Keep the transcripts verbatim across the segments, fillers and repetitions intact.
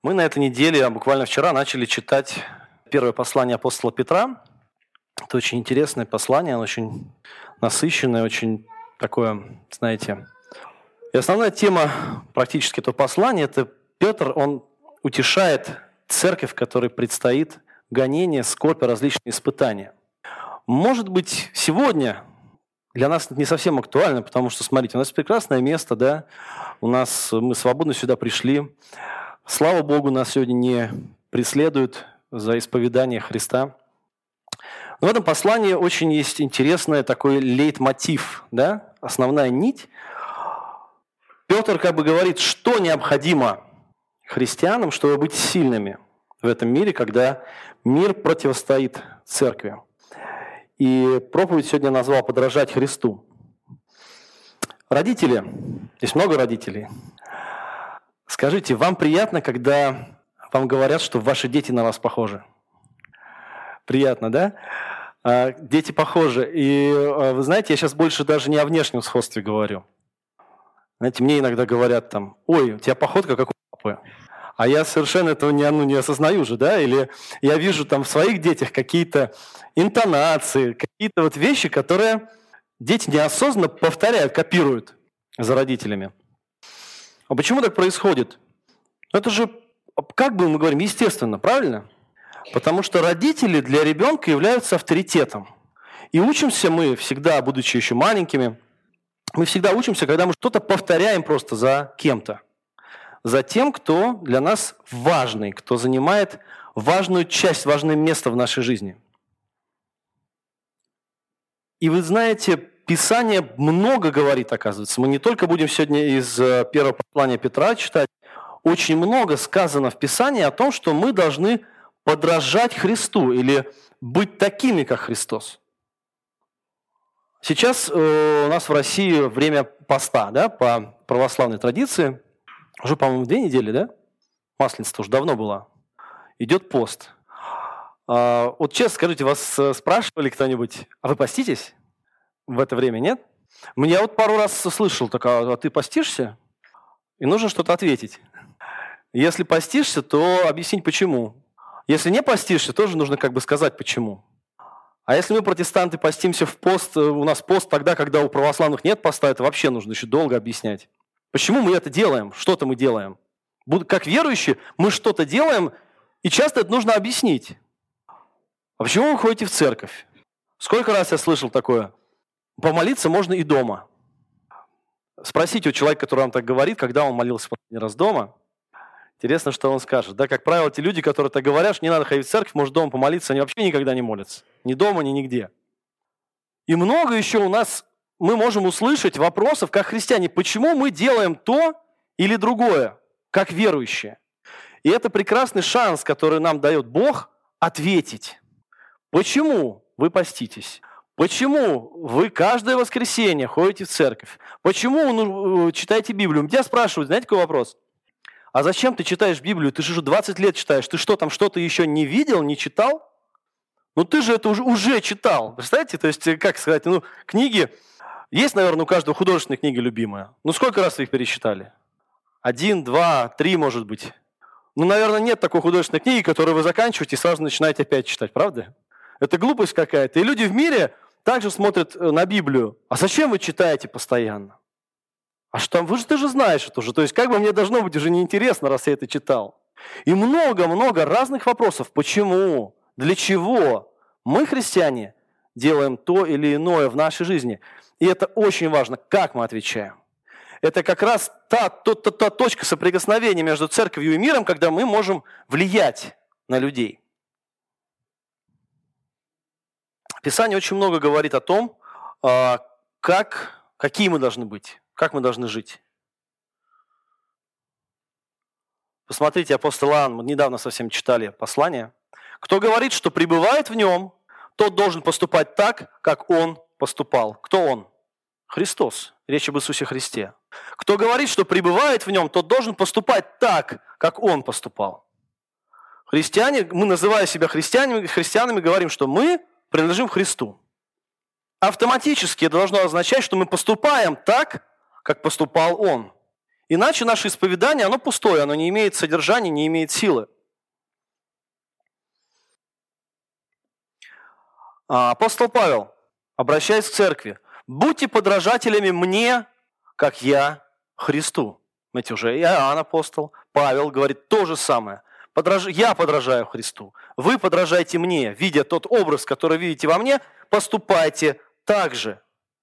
Мы на этой неделе, а буквально вчера, начали читать первое послание апостола Петра. Это очень интересное послание, оно очень насыщенное, очень такое, знаете... И основная тема практически этого послания – это Петр, он утешает церковь, которой предстоит гонение, скорбь, различные испытания. Может быть, сегодня для нас это не совсем актуально, потому что, смотрите, у нас прекрасное место, да, у нас, мы свободно сюда пришли. Слава Богу, нас сегодня не преследуют за исповедание Христа. Но в этом послании очень есть интересный такой лейтмотив, да, основная нить. Петр как бы говорит, что необходимо христианам, чтобы быть сильными в этом мире, когда мир противостоит церкви. И проповедь сегодня назвал «Подражать Христу». Родители, здесь много родителей, скажите, вам приятно, когда вам говорят, что ваши дети на вас похожи? Приятно, да? Дети похожи. И вы знаете, я сейчас больше даже не о внешнем сходстве говорю. Знаете, мне иногда говорят там, ой, у тебя походка как у папы. А я совершенно этого не, ну, не осознаю же, да? Или я вижу там в своих детях какие-то интонации, какие-то вот вещи, которые дети неосознанно повторяют, копируют за родителями. А почему так происходит? Это же, как бы мы говорим, естественно, правильно? Потому что родители для ребенка являются авторитетом. И учимся мы всегда, будучи еще маленькими, мы всегда учимся, когда мы что-то повторяем просто за кем-то. За тем, кто для нас важный, кто занимает важную часть, важное место в нашей жизни. И вы знаете, Писание много говорит, оказывается. Мы не только будем сегодня из первого послания Петра читать, очень много сказано в Писании о том, что мы должны подражать Христу или быть такими, как Христос. Сейчас э, у нас в России время поста, да, по православной традиции. Уже, по-моему, две недели, да? Масленица уже давно была. Идет пост. А, вот честно скажите, вас спрашивали кто-нибудь, а вы поститесь в это время, нет? Мне вот пару раз слышал, так, а, а ты постишься? И нужно что-то ответить. Если постишься, то объяснить почему. Если не постишься, тоже нужно как бы сказать почему. А если мы, протестанты, постимся в пост, у нас пост тогда, когда у православных нет поста, это вообще нужно еще долго объяснять. Почему мы это делаем? Что-то мы делаем. Как верующие, мы что-то делаем, и часто это нужно объяснить. А почему вы ходите в церковь? Сколько раз я слышал такое? Помолиться можно и дома. Спросите у человека, который вам так говорит, когда он молился последний раз дома. Интересно, что он скажет. Да, как правило, те люди, которые так говорят, что не надо ходить в церковь, может дома помолиться, они вообще никогда не молятся. Ни дома, ни нигде. И много еще у нас мы можем услышать вопросов, как христиане, почему мы делаем то или другое, как верующие. И это прекрасный шанс, который нам дает Бог, ответить. Почему вы поститесь? Почему вы каждое воскресенье ходите в церковь? Почему вы читаете Библию? Меня спрашивают, знаете, какой вопрос? А зачем ты читаешь Библию? Ты же уже двадцать лет читаешь. Ты что, там что-то еще не видел, не читал? Ну ты же это уже, уже читал. Представляете? То есть, как сказать, ну, книги... Есть, наверное, у каждого художественные книги любимые. Ну сколько раз вы их перечитали? Один, два, три, может быть. Ну, наверное, нет такой художественной книги, которую вы заканчиваете и сразу начинаете опять читать, правда? Это глупость какая-то. И люди в мире также смотрят на Библию. А зачем вы читаете постоянно? А что, вы же, ты же знаешь это уже. То есть как бы мне должно быть уже неинтересно, раз я это читал. И много-много разных вопросов. Почему? Для чего мы, христиане, делаем то или иное в нашей жизни? И это очень важно, как мы отвечаем. Это как раз та, та, та, та точка соприкосновения между церковью и миром, когда мы можем влиять на людей. Писание очень много говорит о том, как, какие мы должны быть. Как мы должны жить? Посмотрите, апостол Иоанн, мы недавно совсем читали послание. Кто говорит, что пребывает в нем, тот должен поступать так, как он поступал. Кто он? Христос. Речь об Иисусе Христе. Кто говорит, что пребывает в нем, тот должен поступать так, как он поступал. Христиане, мы, называя себя христианами, христианами, говорим, что мы принадлежим Христу. Автоматически это должно означать, что мы поступаем так, как поступал Он. Иначе наше исповедание, оно пустое, оно не имеет содержания, не имеет силы. Апостол Павел, обращаясь к церкви, будьте подражателями мне, как я Христу. Знаете, уже Иоанн апостол, Павел говорит то же самое. Подраж... Я подражаю Христу, вы подражайте мне, видя тот образ, который видите во мне, поступайте так же.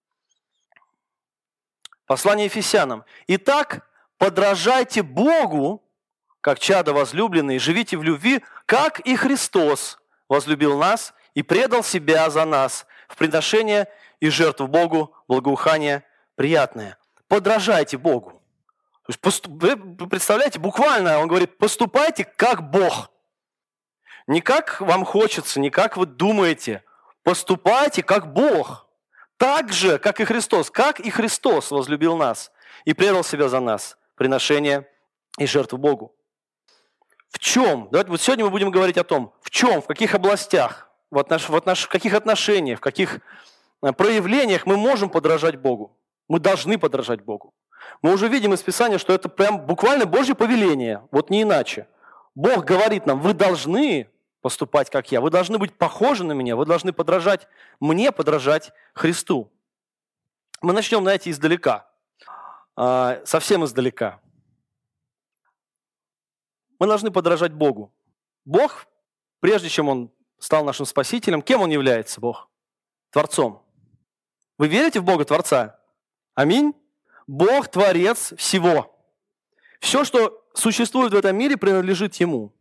Послание Ефесянам. Итак, подражайте Богу, как чадо возлюбленные, живите в любви, как и Христос возлюбил нас и предал себя за нас в приношение и жертву Богу, благоухание приятное. Подражайте Богу. То есть, поступ... Вы представляете, буквально он говорит, поступайте как Бог. Не как вам хочется, не как вы думаете. Поступайте как Бог. Так же, как и Христос. Как и Христос возлюбил нас и предал себя за нас. Приношение и жертву Богу. В чем? Давайте вот сегодня мы будем говорить о том, в чем, в каких областях, в, отнош... в, отнош... в каких отношениях, в каких проявлениях мы можем подражать Богу. Мы должны подражать Богу. Мы уже видим из Писания, что это прям буквально Божье повеление, вот не иначе. Бог говорит нам, вы должны поступать, как я, вы должны быть похожи на меня, вы должны подражать мне, подражать Христу. Мы начнем, знаете, издалека, совсем издалека. Мы должны подражать Богу. Бог, прежде чем Он стал нашим Спасителем, кем Он является, Бог? Творцом. Вы верите в Бога Творца? Аминь. Бог Творец всего. Все, что существует в этом мире, принадлежит Ему.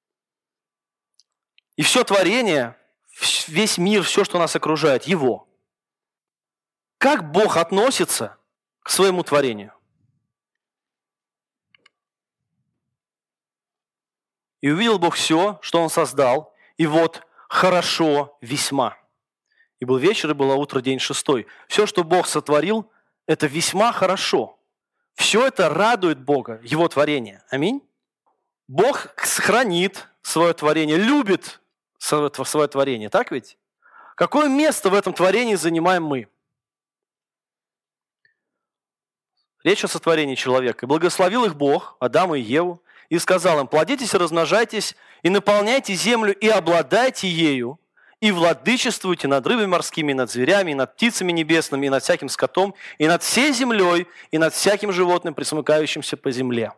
И все творение, весь мир, все, что нас окружает, Его. Как Бог относится к своему творению? И увидел Бог все, что Он создал, и вот хорошо весьма. И был вечер, и было утро, день шестой. Все, что Бог сотворил, это весьма хорошо. Все это радует Бога, Его творение. Аминь. Бог хранит свое творение, любит свое творение. Так ведь? Какое место в этом творении занимаем мы? Речь о сотворении человека. И благословил их Бог, Адама и Еву, и сказал им, плодитесь и размножайтесь, и наполняйте землю, и обладайте ею, и владычествуйте над рыбами морскими, и над зверями, и над птицами небесными, и над всяким скотом, и над всей землей, и над всяким животным, присмыкающимся по земле.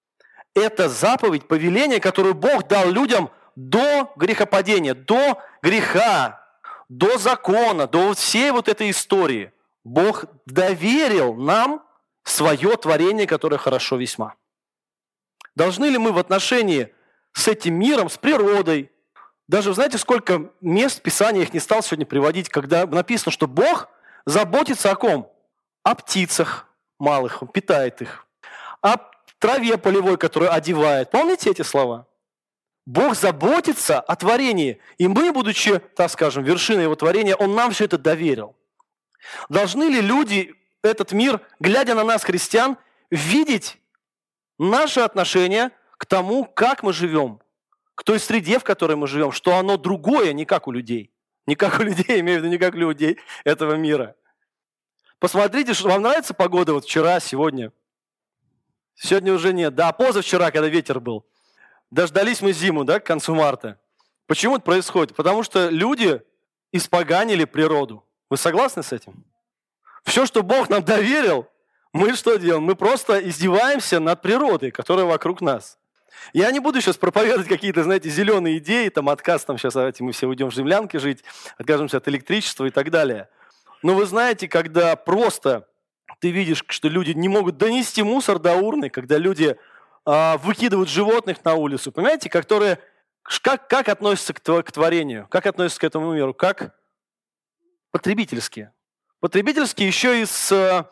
Это заповедь, повеление, которую Бог дал людям до грехопадения, до греха, до закона, до вот всей вот этой истории. Бог доверил нам свое творение, которое хорошо весьма. Должны ли мы в отношении с этим миром, с природой, даже, знаете, сколько мест Писания, я их не стал сегодня приводить, когда написано, что Бог заботится о ком? О птицах малых, Он питает их. О траве полевой, которую одевает. Помните эти слова? Бог заботится о творении. И мы, будучи, так скажем, вершиной Его творения, Он нам все это доверил. Должны ли люди, этот мир, глядя на нас, христиан, видеть наше отношение к тому, как мы живем, к той среде, в которой мы живем, что оно другое, не как у людей. Не как у людей, имею в виду, не как у людей этого мира. Посмотрите, что вам нравится погода вот вчера, сегодня. Сегодня уже нет. Да, позавчера, когда ветер был. Дождались мы зиму, да, к концу марта. Почему это происходит? Потому что люди испоганили природу. Вы согласны с этим? Все, что Бог нам доверил, мы что делаем? Мы просто издеваемся над природой, которая вокруг нас. Я не буду сейчас проповедовать какие-то, знаете, зеленые идеи, там отказ, там сейчас давайте мы все уйдем в землянки жить, откажемся от электричества и так далее. Но вы знаете, когда просто ты видишь, что люди не могут донести мусор до урны, когда люди а, выкидывают животных на улицу, понимаете, которые, как, как относятся к, к творению, как относятся к этому миру, как потребительски. Потребительски еще и с э,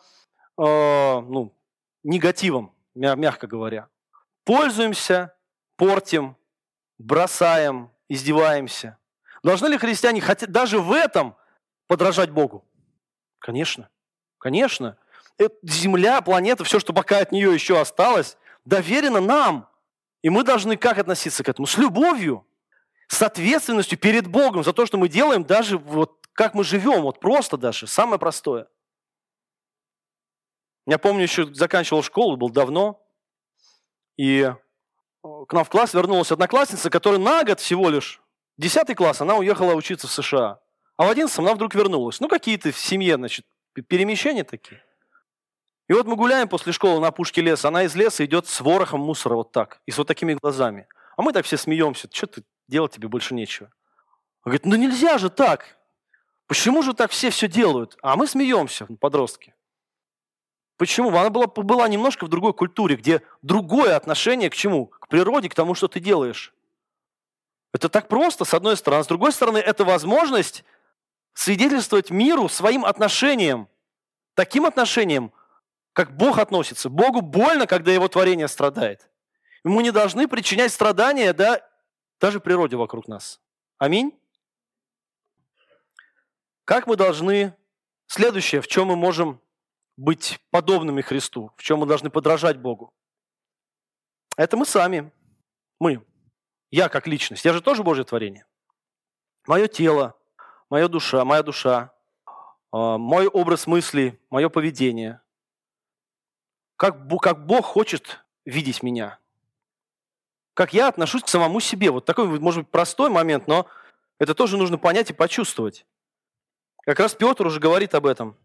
ну, негативом, мягко говоря. Пользуемся, портим, бросаем, издеваемся. Должны ли христиане хотя, даже в этом подражать Богу? Конечно, конечно. Это земля, планета, все, что пока от нее еще осталось, доверено нам. И мы должны как относиться к этому? С любовью, с ответственностью перед Богом за то, что мы делаем, даже вот как мы живем, вот просто даже, самое простое. Я помню, еще заканчивал школу, был давно, и к нам в класс вернулась одноклассница, которая на год всего лишь, десятый класс, она уехала учиться в США. А в одиннадцатом она вдруг вернулась. Ну, какие-то в семье, значит, перемещения такие. И вот мы гуляем после школы на опушке леса, она из леса идет с ворохом мусора вот так, и с вот такими глазами. А мы так все смеемся, что ты, делать тебе больше нечего. Она говорит, ну нельзя же так. Почему же так все все делают? А мы смеемся, подростки. Почему? Она была, была немножко в другой культуре, где другое отношение к чему? К природе, к тому, что ты делаешь. Это так просто, с одной стороны. А с другой стороны, это возможность свидетельствовать миру своим отношением. Таким отношением, как Бог относится. Богу больно, когда Его творение страдает. Мы не должны причинять страдания, да, даже природе вокруг нас. Аминь. Как мы должны... Следующее, в чем мы можем быть подобными Христу, в чем мы должны подражать Богу. Это мы сами. Мы. Я как личность. Я же тоже Божье творение. Мое тело, моя душа, моя душа, мой образ мыслей, мое поведение. Как, как Бог хочет видеть меня. Как я отношусь к самому себе. Вот такой, может быть, простой момент, но это тоже нужно понять и почувствовать. Как раз Петр уже говорит об этом.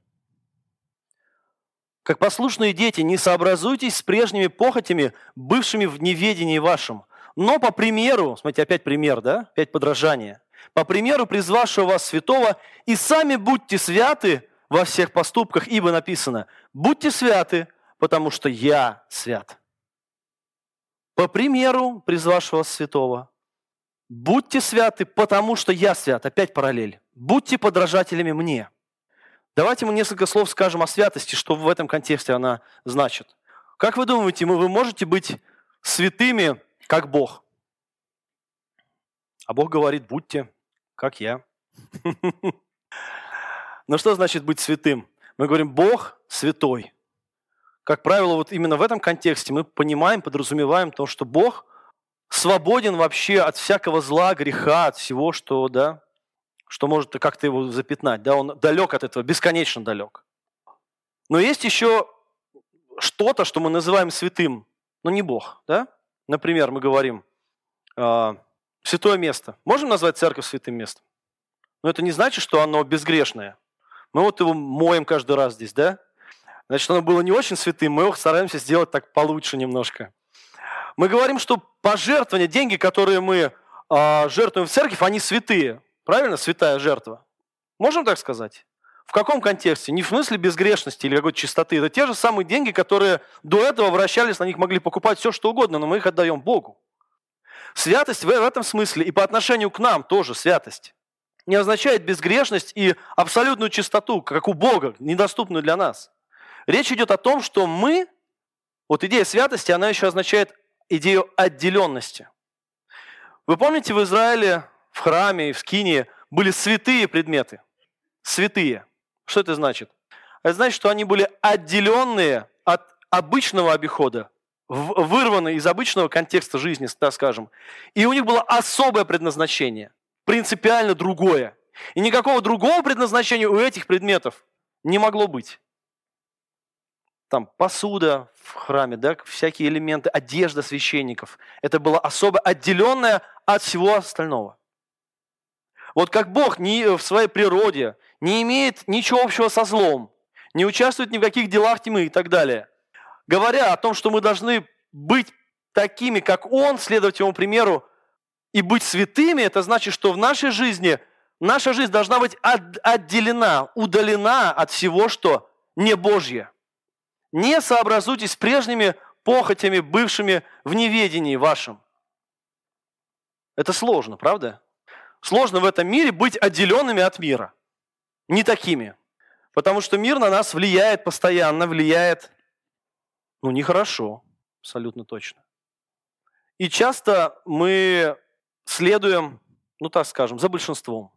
Как послушные дети, не сообразуйтесь с прежними похотями, бывшими в неведении вашем. Но по примеру, смотрите, опять пример, да? Опять подражание. По примеру призвавшего вас святого, и сами будьте святы во всех поступках, ибо написано, будьте святы, потому что я свят. По примеру призвавшего вас святого, будьте святы, потому что я свят. Опять параллель. Будьте подражателями мне. Давайте мы несколько слов скажем о святости, что в этом контексте она значит. Как вы думаете, вы можете быть святыми, как Бог? А Бог говорит, будьте, как я. Но что значит быть святым? Мы говорим, Бог святой. Как правило, вот именно в этом контексте мы понимаем, подразумеваем то, что Бог свободен вообще от всякого зла, греха, от всего, что, да, что может как-то его запятнать. Да, он далек от этого, бесконечно далек. Но есть еще что-то, что мы называем святым, но не Бог. Да? Например, мы говорим, э, святое место. Можем назвать церковь святым местом? Но это не значит, что оно безгрешное. Мы вот его моем каждый раз здесь, да? Значит, оно было не очень святым, мы его стараемся сделать так получше немножко. Мы говорим, что пожертвования, деньги, которые мы э, жертвуем в церковь, они святые. Правильно? Святая жертва. Можем так сказать? В каком контексте? Не в смысле безгрешности или какой-то чистоты. Это те же самые деньги, которые до этого вращались, на них могли покупать все, что угодно, но мы их отдаем Богу. Святость в этом смысле и по отношению к нам тоже святость. Не означает безгрешность и абсолютную чистоту, как у Бога, недоступную для нас. Речь идет о том, что мы, вот идея святости, она еще означает идею отделенности. Вы помните, в Израиле, в храме и в скинии были святые предметы? Святые. Что это значит? Это значит, что они были отделенные от обычного обихода, вырваны из обычного контекста жизни, так скажем. И у них было особое предназначение, принципиально другое. И никакого другого предназначения у этих предметов не могло быть. Там посуда в храме, да, всякие элементы, одежда священников. Это было особо отделенное от всего остального. Вот как Бог не, в своей природе не имеет ничего общего со злом, не участвует ни в каких делах тьмы и так далее, говоря о том, что мы должны быть такими, как Он, следовать Его примеру, и быть святыми, это значит, что в нашей жизни, наша жизнь должна быть от, отделена, удалена от всего, что не Божье. Не сообразуйтесь с прежними похотями, бывшими в неведении вашем. Это сложно, правда? Сложно в этом мире быть отделенными от мира. Не такими. Потому что мир на нас влияет постоянно, влияет, ну, нехорошо, абсолютно точно. И часто мы следуем, ну, так скажем, за большинством.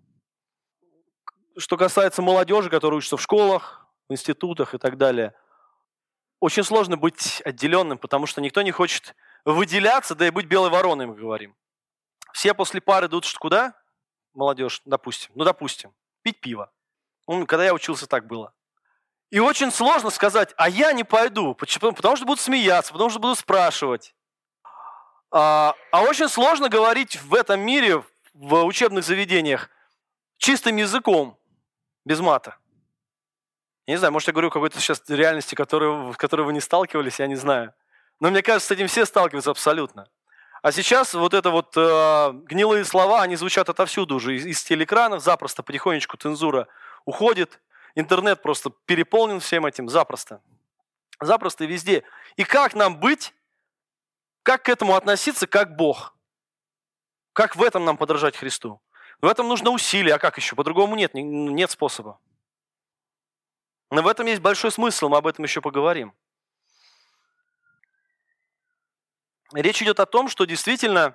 Что касается молодежи, которая учится в школах, в институтах и так далее, очень сложно быть отделенным, потому что никто не хочет выделяться, да и быть белой вороной, мы говорим. Все после пары идут куда? Молодежь, допустим. Ну, допустим, пить пиво. Ну, когда я учился, так было. И очень сложно сказать, а я не пойду, почему? Потому что будут смеяться, потому что будут спрашивать. А, а очень сложно говорить в этом мире, в учебных заведениях, чистым языком, без мата. Я не знаю, может, я говорю о какой-то сейчас реальности, которой, в которой вы не сталкивались, я не знаю. Но мне кажется, с этим все сталкиваются абсолютно. А сейчас вот это вот э, гнилые слова, они звучат отовсюду уже, из, из телеэкранов, запросто, потихонечку цензура уходит. Интернет просто переполнен всем этим, запросто. Запросто и везде. И как нам быть, как к этому относиться, как Бог? Как в этом нам подражать Христу? В этом нужно усилие, а как еще? По-другому нет, нет способа. Но в этом есть большой смысл, мы об этом еще поговорим. Речь идет о том, что действительно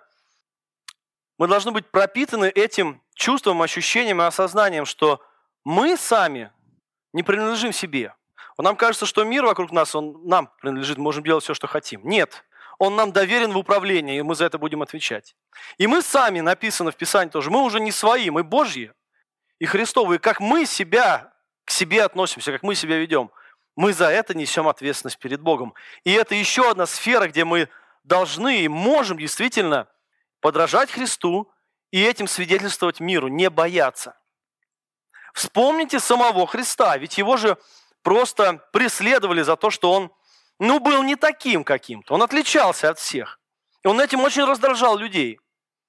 мы должны быть пропитаны этим чувством, ощущением и осознанием, что мы сами не принадлежим себе. Нам кажется, что мир вокруг нас, он нам принадлежит, мы можем делать все, что хотим. Нет, он нам доверен в управлении, и мы за это будем отвечать. И мы сами, написано в Писании тоже, мы уже не свои, мы Божьи и Христовы. И как мы себя, к себе относимся, как мы себя ведем, мы за это несем ответственность перед Богом. И это еще одна сфера, где мы должны и можем действительно подражать Христу и этим свидетельствовать миру, не бояться. Вспомните самого Христа, ведь его же просто преследовали за то, что он, ну, был не таким каким-то, он отличался от всех. И он этим очень раздражал людей.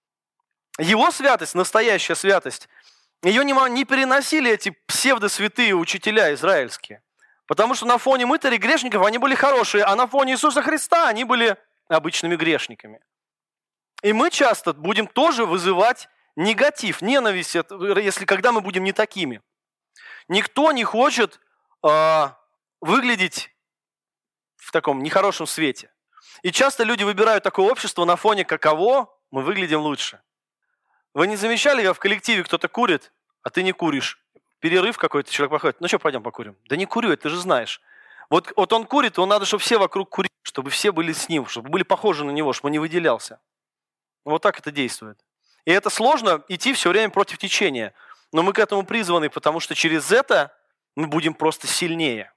Его святость, настоящая святость, ее не, не переносили эти псевдосвятые учителя израильские. Потому что на фоне мытарей грешников они были хорошие, а на фоне Иисуса Христа они были обычными грешниками. И мы часто будем тоже вызывать негатив, ненависть, если когда мы будем не такими. Никто не хочет э, выглядеть в таком нехорошем свете. И часто люди выбирают такое общество, на фоне каково мы выглядим лучше. Вы не замечали, как в коллективе кто-то курит, а ты не куришь? Перерыв какой-то, человек подходит, ну что, пойдем покурим? Да не курю, ты же знаешь. Вот, вот он курит, он надо, чтобы все вокруг курили, чтобы все были с ним, чтобы были похожи на него, чтобы он не выделялся. Вот так это действует. И это сложно идти все время против течения. Но мы к этому призваны, потому что через это мы будем просто сильнее.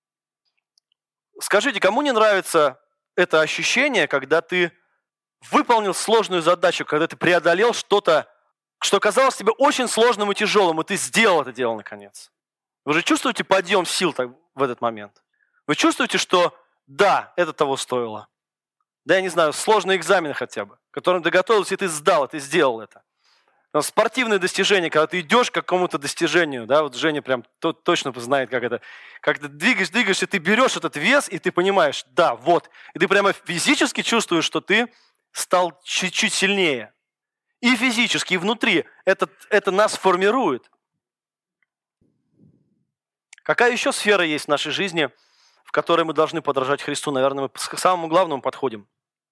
Скажите, кому не нравится это ощущение, когда ты выполнил сложную задачу, когда ты преодолел что-то, что казалось тебе очень сложным и тяжелым, и ты сделал это дело наконец? Вы же чувствуете подъем сил в этот момент? Вы чувствуете, что да, это того стоило? Да, я не знаю, сложный экзамен хотя бы, к которому ты готовился, и ты сдал, и ты сделал это. Спортивные достижения, когда ты идешь к какому-то достижению, да, вот Женя прям точно знает, как это, как ты двигаешь, двигаешь, и ты берешь этот вес, и ты понимаешь, да, вот, и ты прямо физически чувствуешь, что ты стал чуть-чуть сильнее. И физически, и внутри. Это, это нас формирует. Какая еще сфера есть в нашей жизни, в которой мы должны подражать Христу? Наверное, мы к самому главному подходим.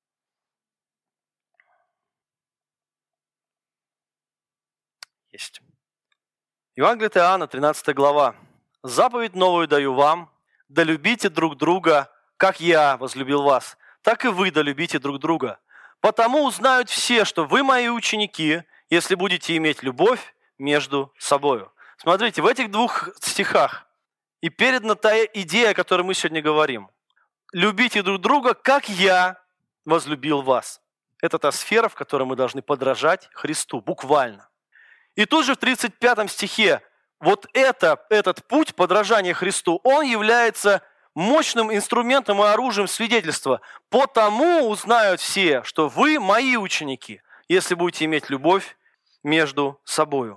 Есть. Евангелие от Иоанна, тринадцатая глава. «Заповедь новую даю вам, да любите друг друга, как я возлюбил вас, так и вы да любите друг друга. Потому узнают все, что вы мои ученики, если будете иметь любовь между собою». Смотрите, в этих двух стихах и передана та идея, о которой мы сегодня говорим. Любите друг друга, как я возлюбил вас. Это та сфера, в которой мы должны подражать Христу, буквально. И тут же в тридцать пятом стихе вот это, этот путь подражания Христу, он является мощным инструментом и оружием свидетельства. «Потому узнают все, что вы мои ученики, если будете иметь любовь между собою».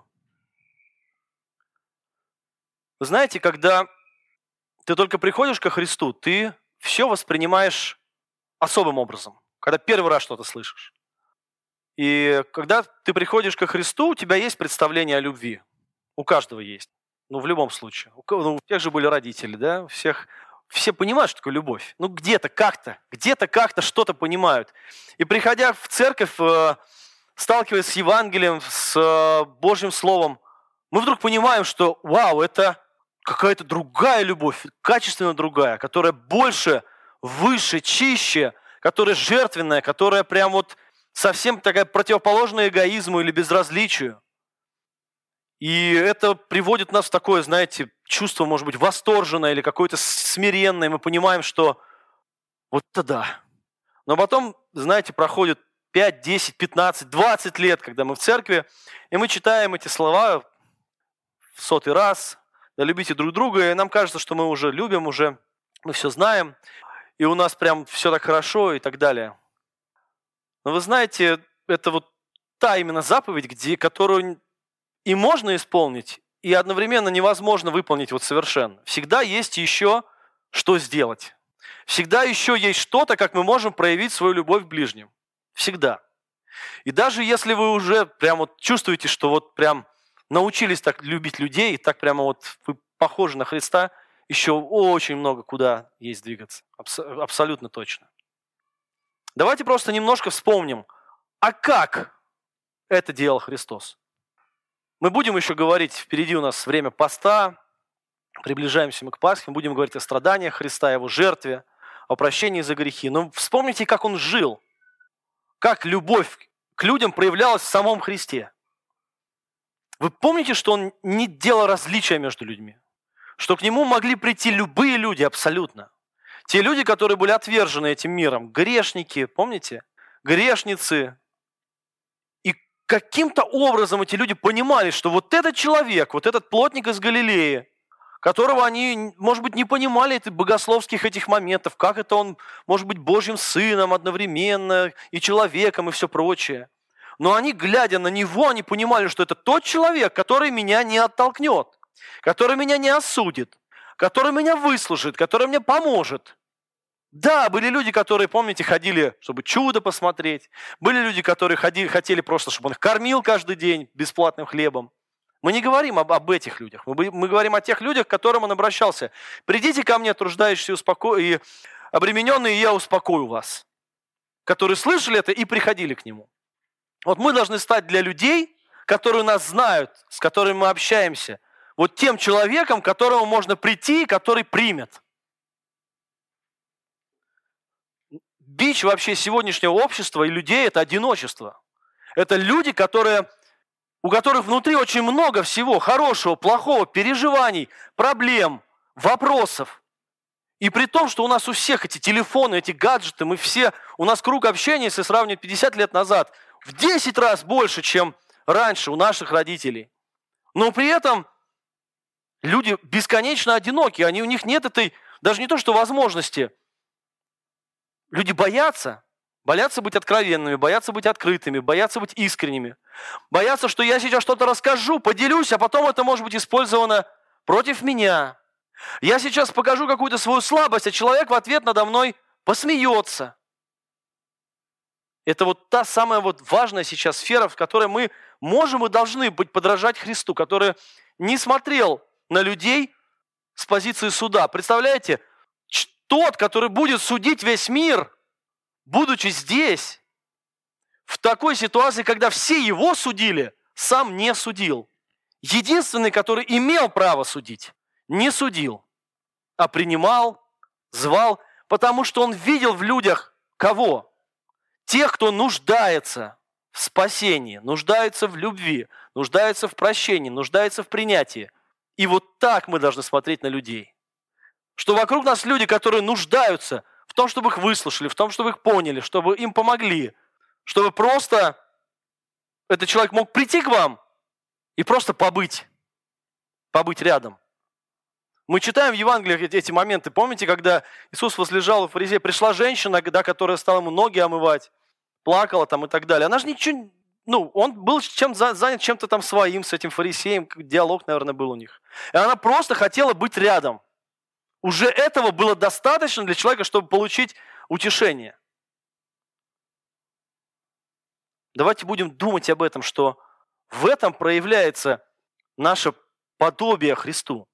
Вы знаете, когда ты только приходишь ко Христу, ты все воспринимаешь особым образом, когда первый раз что-то слышишь. И когда ты приходишь ко Христу, у тебя есть представление о любви. У каждого есть. Ну, в любом случае. У, ну, у всех же были родители, да? У всех, все понимают, что такое любовь. Ну, где-то, как-то, где-то, как-то что-то понимают. И приходя в церковь, э, сталкиваясь с Евангелием, с э, Божьим Словом, мы вдруг понимаем, что, вау, это какая-то другая любовь, качественно другая, которая больше, выше, чище, которая жертвенная, которая прям вот совсем такая противоположная эгоизму или безразличию. И это приводит нас в такое, знаете, чувство, может быть, восторженное или какое-то смиренное. Мы понимаем, что вот это да. Но потом, знаете, проходит пять, десять, пятнадцать, двадцать лет, когда мы в церкви, и мы читаем эти слова в сотый раз. Да, любите друг друга, и нам кажется, что мы уже любим, уже мы все знаем, и у нас прям все так хорошо и так далее. Но вы знаете, это вот та именно заповедь, где, которую и можно исполнить, и одновременно невозможно выполнить вот совершенно. Всегда есть еще что сделать. Всегда еще есть что-то, как мы можем проявить свою любовь к ближним. Всегда. И даже если вы уже прям вот чувствуете, что вот прям научились так любить людей, и так прямо вот вы похожи на Христа, еще очень много куда есть двигаться. Абс- абсолютно точно. Давайте просто немножко вспомним, а как это делал Христос? Мы будем еще говорить, впереди у нас время поста, приближаемся мы к Пасхе, мы будем говорить о страданиях Христа, Его жертве, о прощении за грехи. Но вспомните, как Он жил, как любовь к людям проявлялась в самом Христе. Вы помните, что Он не делал различия между людьми? Что к Нему могли прийти любые люди абсолютно. Те люди, которые были отвержены этим миром, грешники, помните? Грешницы. И каким-то образом эти люди понимали, что вот этот человек, вот этот плотник из Галилеи, которого они, может быть, не понимали этих богословских этих моментов, как это он может быть Божьим сыном одновременно и человеком и все прочее. Но они, глядя на него, они понимали, что это тот человек, который меня не оттолкнет, который меня не осудит, который меня выслушает, который мне поможет. Да, были люди, которые, помните, ходили, чтобы чудо посмотреть. Были люди, которые ходили, хотели просто, чтобы он их кормил каждый день бесплатным хлебом. Мы не говорим об, об этих людях. Мы, мы говорим о тех людях, к которым он обращался. «Придите ко мне, труждающиеся и, успоко... и обремененные, и я успокою вас». Которые слышали это и приходили к нему. Вот мы должны стать для людей, которые нас знают, с которыми мы общаемся, вот тем человеком, к которому можно прийти и который примет. Бич вообще сегодняшнего общества и людей – это одиночество. Это люди, которые, у которых внутри очень много всего хорошего, плохого, переживаний, проблем, вопросов. И при том, что у нас у всех эти телефоны, эти гаджеты, мы все, у нас круг общения, если сравнивать пятьдесят лет назад, в десять раз больше, чем раньше у наших родителей. Но при этом люди бесконечно одиноки, они, у них нет этой, даже не то что возможности. Люди боятся, боятся быть откровенными, боятся быть открытыми, боятся быть искренними. Боятся, что я сейчас что-то расскажу, поделюсь, а потом это может быть использовано против меня. Я сейчас покажу какую-то свою слабость, а человек в ответ надо мной посмеется. Это вот та самая вот важная сейчас сфера, в которой мы можем и должны быть подражать Христу, который не смотрел на людей с позиции суда. Представляете, тот, который будет судить весь мир, будучи здесь, в такой ситуации, когда все его судили, сам не судил. Единственный, который имел право судить, не судил, а принимал, звал, потому что он видел в людях кого? Тех, кто нуждается в спасении, нуждается в любви, нуждается в прощении, нуждается в принятии. И вот так мы должны смотреть на людей. Что вокруг нас люди, которые нуждаются в том, чтобы их выслушали, в том, чтобы их поняли, чтобы им помогли, чтобы просто этот человек мог прийти к вам и просто побыть, побыть рядом. Мы читаем в Евангелиях эти моменты. Помните, когда Иисус возлежал у фарисея, пришла женщина, да, которая стала ему ноги омывать, плакала там и так далее. Она же ничего, ну, он был чем занят чем-то там своим с этим фарисеем, диалог, наверное, был у них. И она просто хотела быть рядом. Уже этого было достаточно для человека, чтобы получить утешение. Давайте будем думать об этом, что в этом проявляется наше подобие Христу.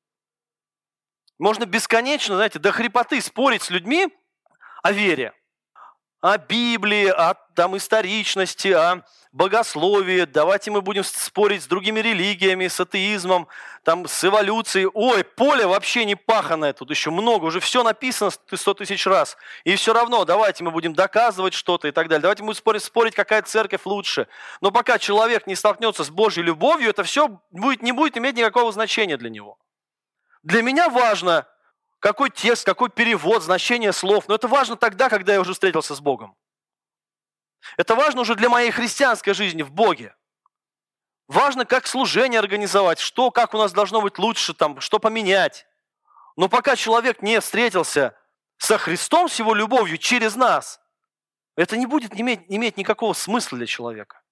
Можно бесконечно, знаете, до хрипоты спорить с людьми о вере. о Библии, о там, историчности, о богословии. Давайте мы будем спорить с другими религиями, с атеизмом, там, с эволюцией. Ой, поле вообще не паханое, тут еще много, уже все написано сто тысяч раз. И все равно давайте мы будем доказывать что-то и так далее. Давайте мы будем спорить, спорить, какая церковь лучше. Но пока человек не столкнется с Божьей любовью, это все будет, не будет иметь никакого значения для него. Для меня важно, какой текст, какой перевод, значение слов. Но это важно тогда, когда я уже встретился с Богом. Это важно уже для моей христианской жизни в Боге. Важно, как служение организовать, что, как у нас должно быть лучше, там, что поменять. Но пока человек не встретился со Христом, с Его любовью через нас, это не будет иметь, иметь никакого смысла для человека.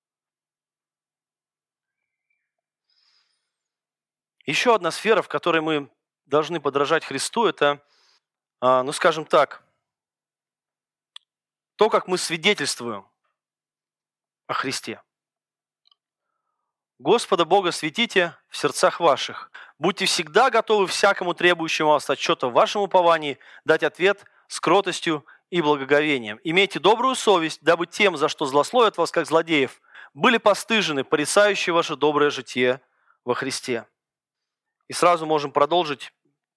Еще одна сфера, в которой мы должны подражать Христу, это, ну скажем так, то, как мы свидетельствуем о Христе. Господа Бога светите в сердцах ваших. Будьте всегда готовы всякому требующему вас отчета в вашем уповании дать ответ с кротостью и благоговением. Имейте добрую совесть, дабы тем, за что злословят вас, как злодеев, были постыжены, порицающие ваше доброе житие во Христе. И сразу можем продолжить.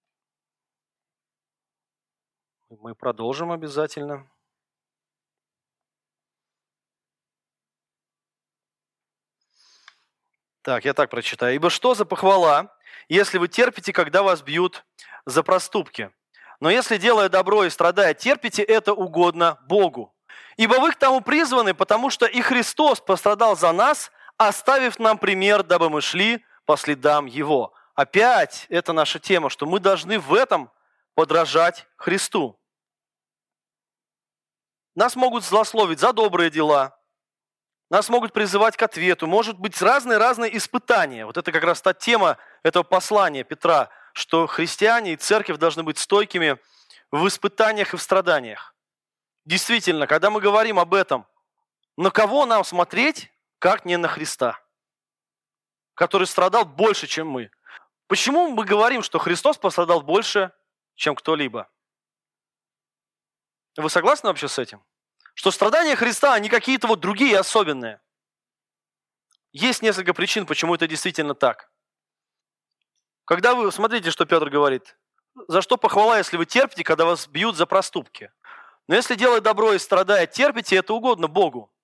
Мы продолжим обязательно. Так, я так прочитаю. «Ибо что за похвала, если вы терпите, когда вас бьют за проступки? Но если, делая добро и страдая, терпите, это угодно Богу. Ибо вы к тому призваны, потому что и Христос пострадал за нас, оставив нам пример, дабы мы шли по следам Его». Опять это наша тема, что мы должны в этом подражать Христу. Нас могут злословить за добрые дела, нас могут призывать к ответу, может быть разные-разные испытания. Вот это как раз та тема этого послания Петра, что христиане и церковь должны быть стойкими в испытаниях и в страданиях. Действительно, когда мы говорим об этом, на кого нам смотреть, как не на Христа, который страдал больше, чем мы? Почему мы говорим, что Христос пострадал больше, чем кто-либо? Вы согласны вообще с этим? Что страдания Христа, они какие-то вот другие, особенные. Есть несколько причин, почему это действительно так. Когда вы, смотрите, что Петр говорит. За что похвала, если вы терпите, когда вас бьют за проступки? Но если делая добро и страдая, терпите, это угодно Богу.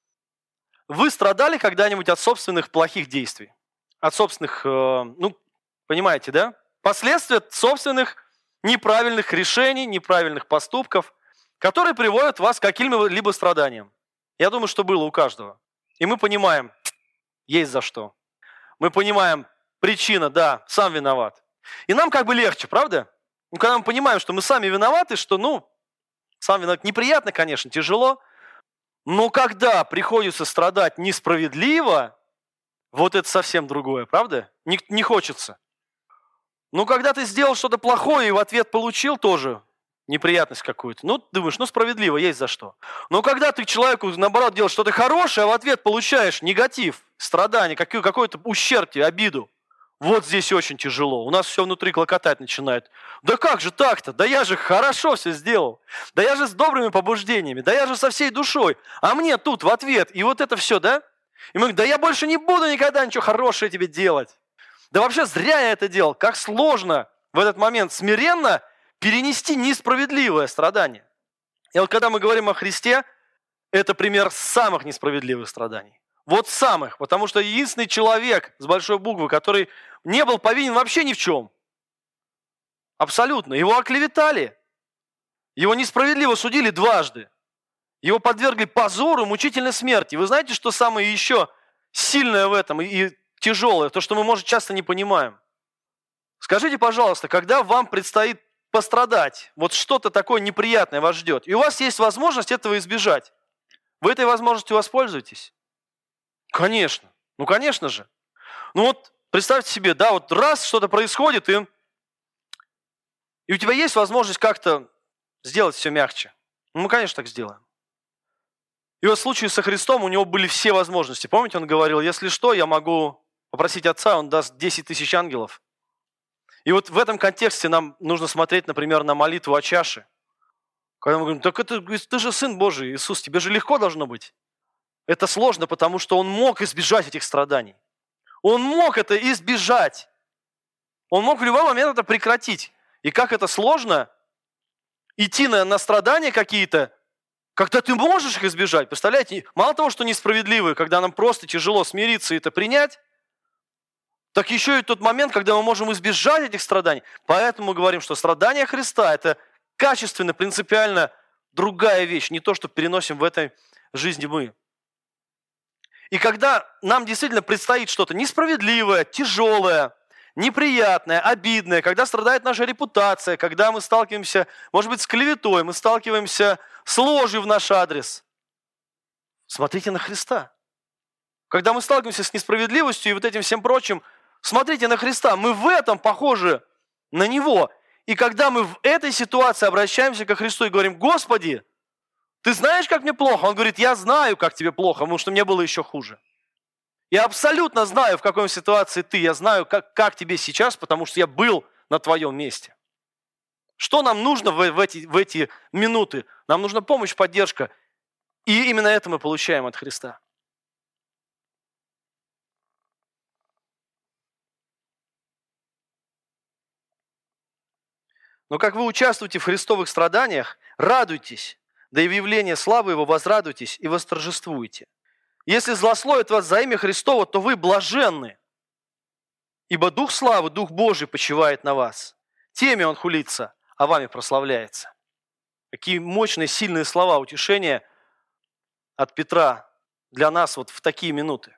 Вы страдали когда-нибудь от собственных плохих действий? От собственных, ну, понимаете, да? Последствия собственных неправильных решений, неправильных поступков, которые приводят вас к каким-либо страданиям. Я думаю, что было у каждого. И мы понимаем, есть за что. Мы понимаем, причина, да, сам виноват. И нам как бы легче, правда? Ну, когда мы понимаем, что мы сами виноваты, что, ну, сам виноват. Неприятно, конечно, тяжело. Но когда приходится страдать несправедливо, вот это совсем другое, правда? Не, не хочется. Ну, когда ты сделал что-то плохое и в ответ получил тоже неприятность какую-то. Ну, думаешь, ну справедливо, есть за что. Но когда ты человеку, наоборот, делаешь что-то хорошее, а в ответ получаешь негатив, страдания, какой-то ущерб тебе, обиду, вот здесь очень тяжело. У нас все внутри клокотать начинает. Да как же так-то? Да я же хорошо все сделал. Да я же с добрыми побуждениями. Да я же со всей душой. А мне тут в ответ. И вот это все, да? И мы говорим, да я больше не буду никогда ничего хорошего тебе делать. Да вообще зря я это делал. Как сложно в этот момент смиренно перенести несправедливое страдание. И вот когда мы говорим о Христе, это пример самых несправедливых страданий. Вот самых, потому что единственный человек с большой буквы, который не был повинен вообще ни в чем. Абсолютно. Его оклеветали. Его несправедливо судили дважды. Его подвергли позору, мучительной смерти. Вы знаете, что самое еще сильное в этом и тяжелое, то, что мы, может, часто не понимаем? Скажите, пожалуйста, когда вам предстоит пострадать, вот что-то такое неприятное вас ждет, и у вас есть возможность этого избежать, вы этой возможностью воспользуетесь? Конечно. Ну, конечно же. Ну вот, представьте себе, да, вот раз что-то происходит, и, и у тебя есть возможность как-то сделать все мягче. Ну, мы, конечно, так сделаем. И вот в случае со Христом у него были все возможности. Помните, он говорил, если что, я могу попросить Отца, он даст десять тысяч ангелов. И вот в этом контексте нам нужно смотреть, например, на молитву о чаше, Когда мы говорим, так это, ты же Сын Божий, Иисус, тебе же легко должно быть. Это сложно, потому что Он мог избежать этих страданий. Он мог это избежать. Он мог в любой момент это прекратить. И как это сложно идти на, на страдания какие-то, когда ты можешь их избежать. Представляете, мало того, что несправедливые, когда нам просто тяжело смириться и это принять, так еще и тот момент, когда мы можем избежать этих страданий. Поэтому мы говорим, что страдания Христа – это качественно, принципиально другая вещь, не то, что переносим в этой жизни мы. И когда нам действительно предстоит что-то несправедливое, тяжелое, неприятное, обидное, когда страдает наша репутация, когда мы сталкиваемся, может быть, с клеветой, мы сталкиваемся с ложью в наш адрес, смотрите на Христа. Когда мы сталкиваемся с несправедливостью и вот этим всем прочим, смотрите на Христа. Мы в этом похожи на Него. И когда мы в этой ситуации обращаемся ко Христу и говорим: Господи, ты знаешь, как мне плохо? Он говорит: я знаю, как тебе плохо, потому что мне было еще хуже. Я абсолютно знаю, в какой ситуации ты. Я знаю, как, как тебе сейчас, потому что я был на твоем месте. Что нам нужно в, в, эти, в эти минуты? Нам нужна помощь, поддержка. И именно это мы получаем от Христа. Но как вы участвуете в христовых страданиях, радуйтесь, да и в явлении славы Его возрадуйтесь и восторжествуйте. Если злословят вас за имя Христово, то вы блаженны, ибо Дух славы, Дух Божий почивает на вас. Теми Он хулится, а вами прославляется. Какие мощные, сильные слова утешения от Петра для нас вот в такие минуты.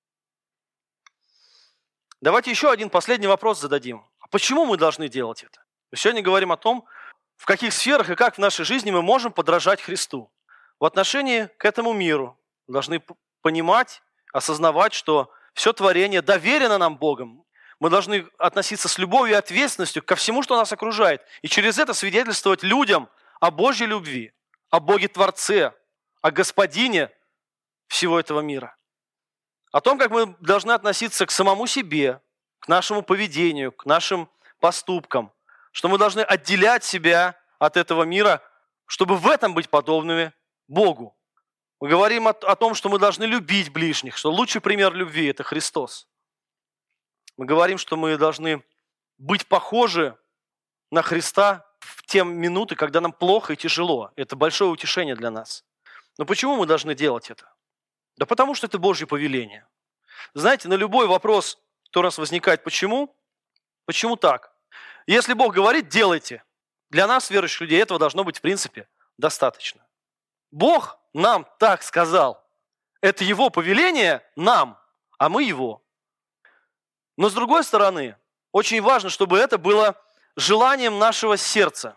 Давайте еще один последний вопрос зададим. А почему мы должны делать это? Мы сегодня говорим о том, в каких сферах и как в нашей жизни мы можем подражать Христу. В отношении к этому миру мы должны понимать, осознавать, что все творение доверено нам Богом. Мы должны относиться с любовью и ответственностью ко всему, что нас окружает. И через это свидетельствовать людям о Божьей любви, о Боге-Творце, о Господине всего этого мира. О том, как мы должны относиться к самому себе, к нашему поведению, к нашим поступкам. Что мы должны отделять себя от этого мира, чтобы в этом быть подобными Богу. Мы говорим о, о том, что мы должны любить ближних, что лучший пример любви – это Христос. Мы говорим, что мы должны быть похожи на Христа в те минуты, когда нам плохо и тяжело. Это большое утешение для нас. Но почему мы должны делать это? Да потому что это Божье повеление. Знаете, на любой вопрос, который у нас возникает, почему? Почему так? Если Бог говорит, делайте. Для нас, верующих людей, этого должно быть, в принципе, достаточно. Бог нам так сказал. Это Его повеление нам, а мы Его. Но с другой стороны, очень важно, чтобы это было желанием нашего сердца.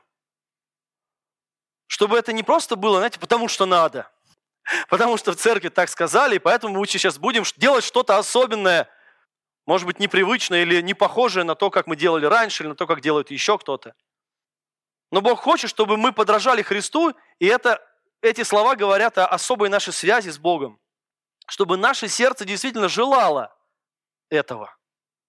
Чтобы это не просто было, знаете, потому что надо. Потому что в церкви так сказали, и поэтому мы сейчас будем делать что-то особенное, может быть, непривычное или не похожее на то, как мы делали раньше, или на то, как делает еще кто-то. Но Бог хочет, чтобы мы подражали Христу, и это, эти слова говорят о особой нашей связи с Богом. Чтобы наше сердце действительно желало этого.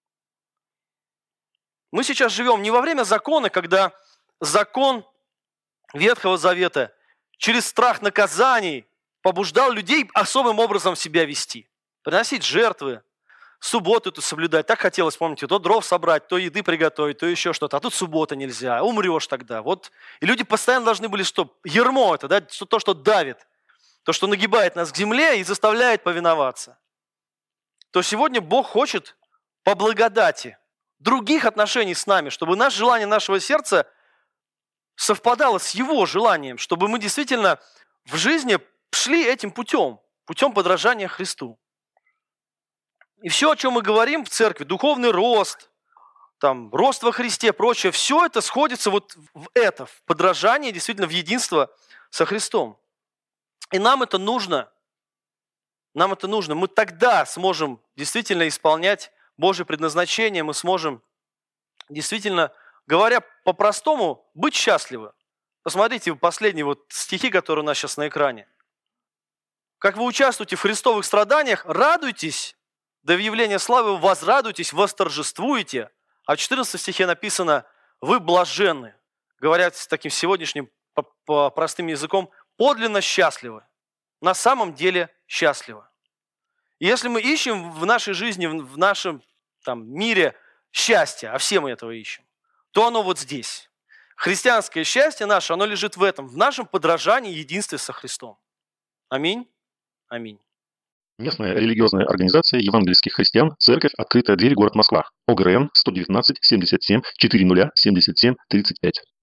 Мы сейчас живем не во время закона, когда закон Ветхого Завета через страх наказаний побуждал людей особым образом себя вести. Приносить жертвы, субботу эту соблюдать. Так хотелось, помните, то дров собрать, то еды приготовить, то еще что-то. А тут суббота нельзя, умрешь тогда. Вот. И люди постоянно должны были что? Ярмо это, да? То, что давит, то, что нагибает нас к земле и заставляет повиноваться. То сегодня Бог хочет по благодати других отношений с нами, чтобы наше желание нашего сердца совпадало с Его желанием, чтобы мы действительно в жизни шли этим путем, путем подражания Христу. И все, о чем мы говорим в церкви, духовный рост, там, рост во Христе, прочее, все это сходится вот в это, в подражание, действительно, в единство со Христом. И нам это нужно, нам это нужно. Мы тогда сможем действительно исполнять Божье предназначение, мы сможем действительно, говоря по-простому, быть счастливы. Посмотрите последние вот стихи, которые у нас сейчас на экране. Как вы участвуете в христовых страданиях, радуйтесь, до явления славы возрадуйтесь, восторжествуйте. А в четырнадцатом стихе написано, вы блаженны. Говорят с таким сегодняшним по, по простым языком, подлинно счастливы. На самом деле счастливы. И если мы ищем в нашей жизни, в нашем там, мире счастье, а все мы этого ищем, то оно вот здесь. Христианское счастье наше, оно лежит в этом, в нашем подражании единстве со Христом. Аминь. Аминь. Местная религиозная организация евангельских христиан, церковь «Открытая дверь», город Москва. ОГРН сто девятнадцать семьдесят семь четыре нуля семьдесят семь тридцать пять.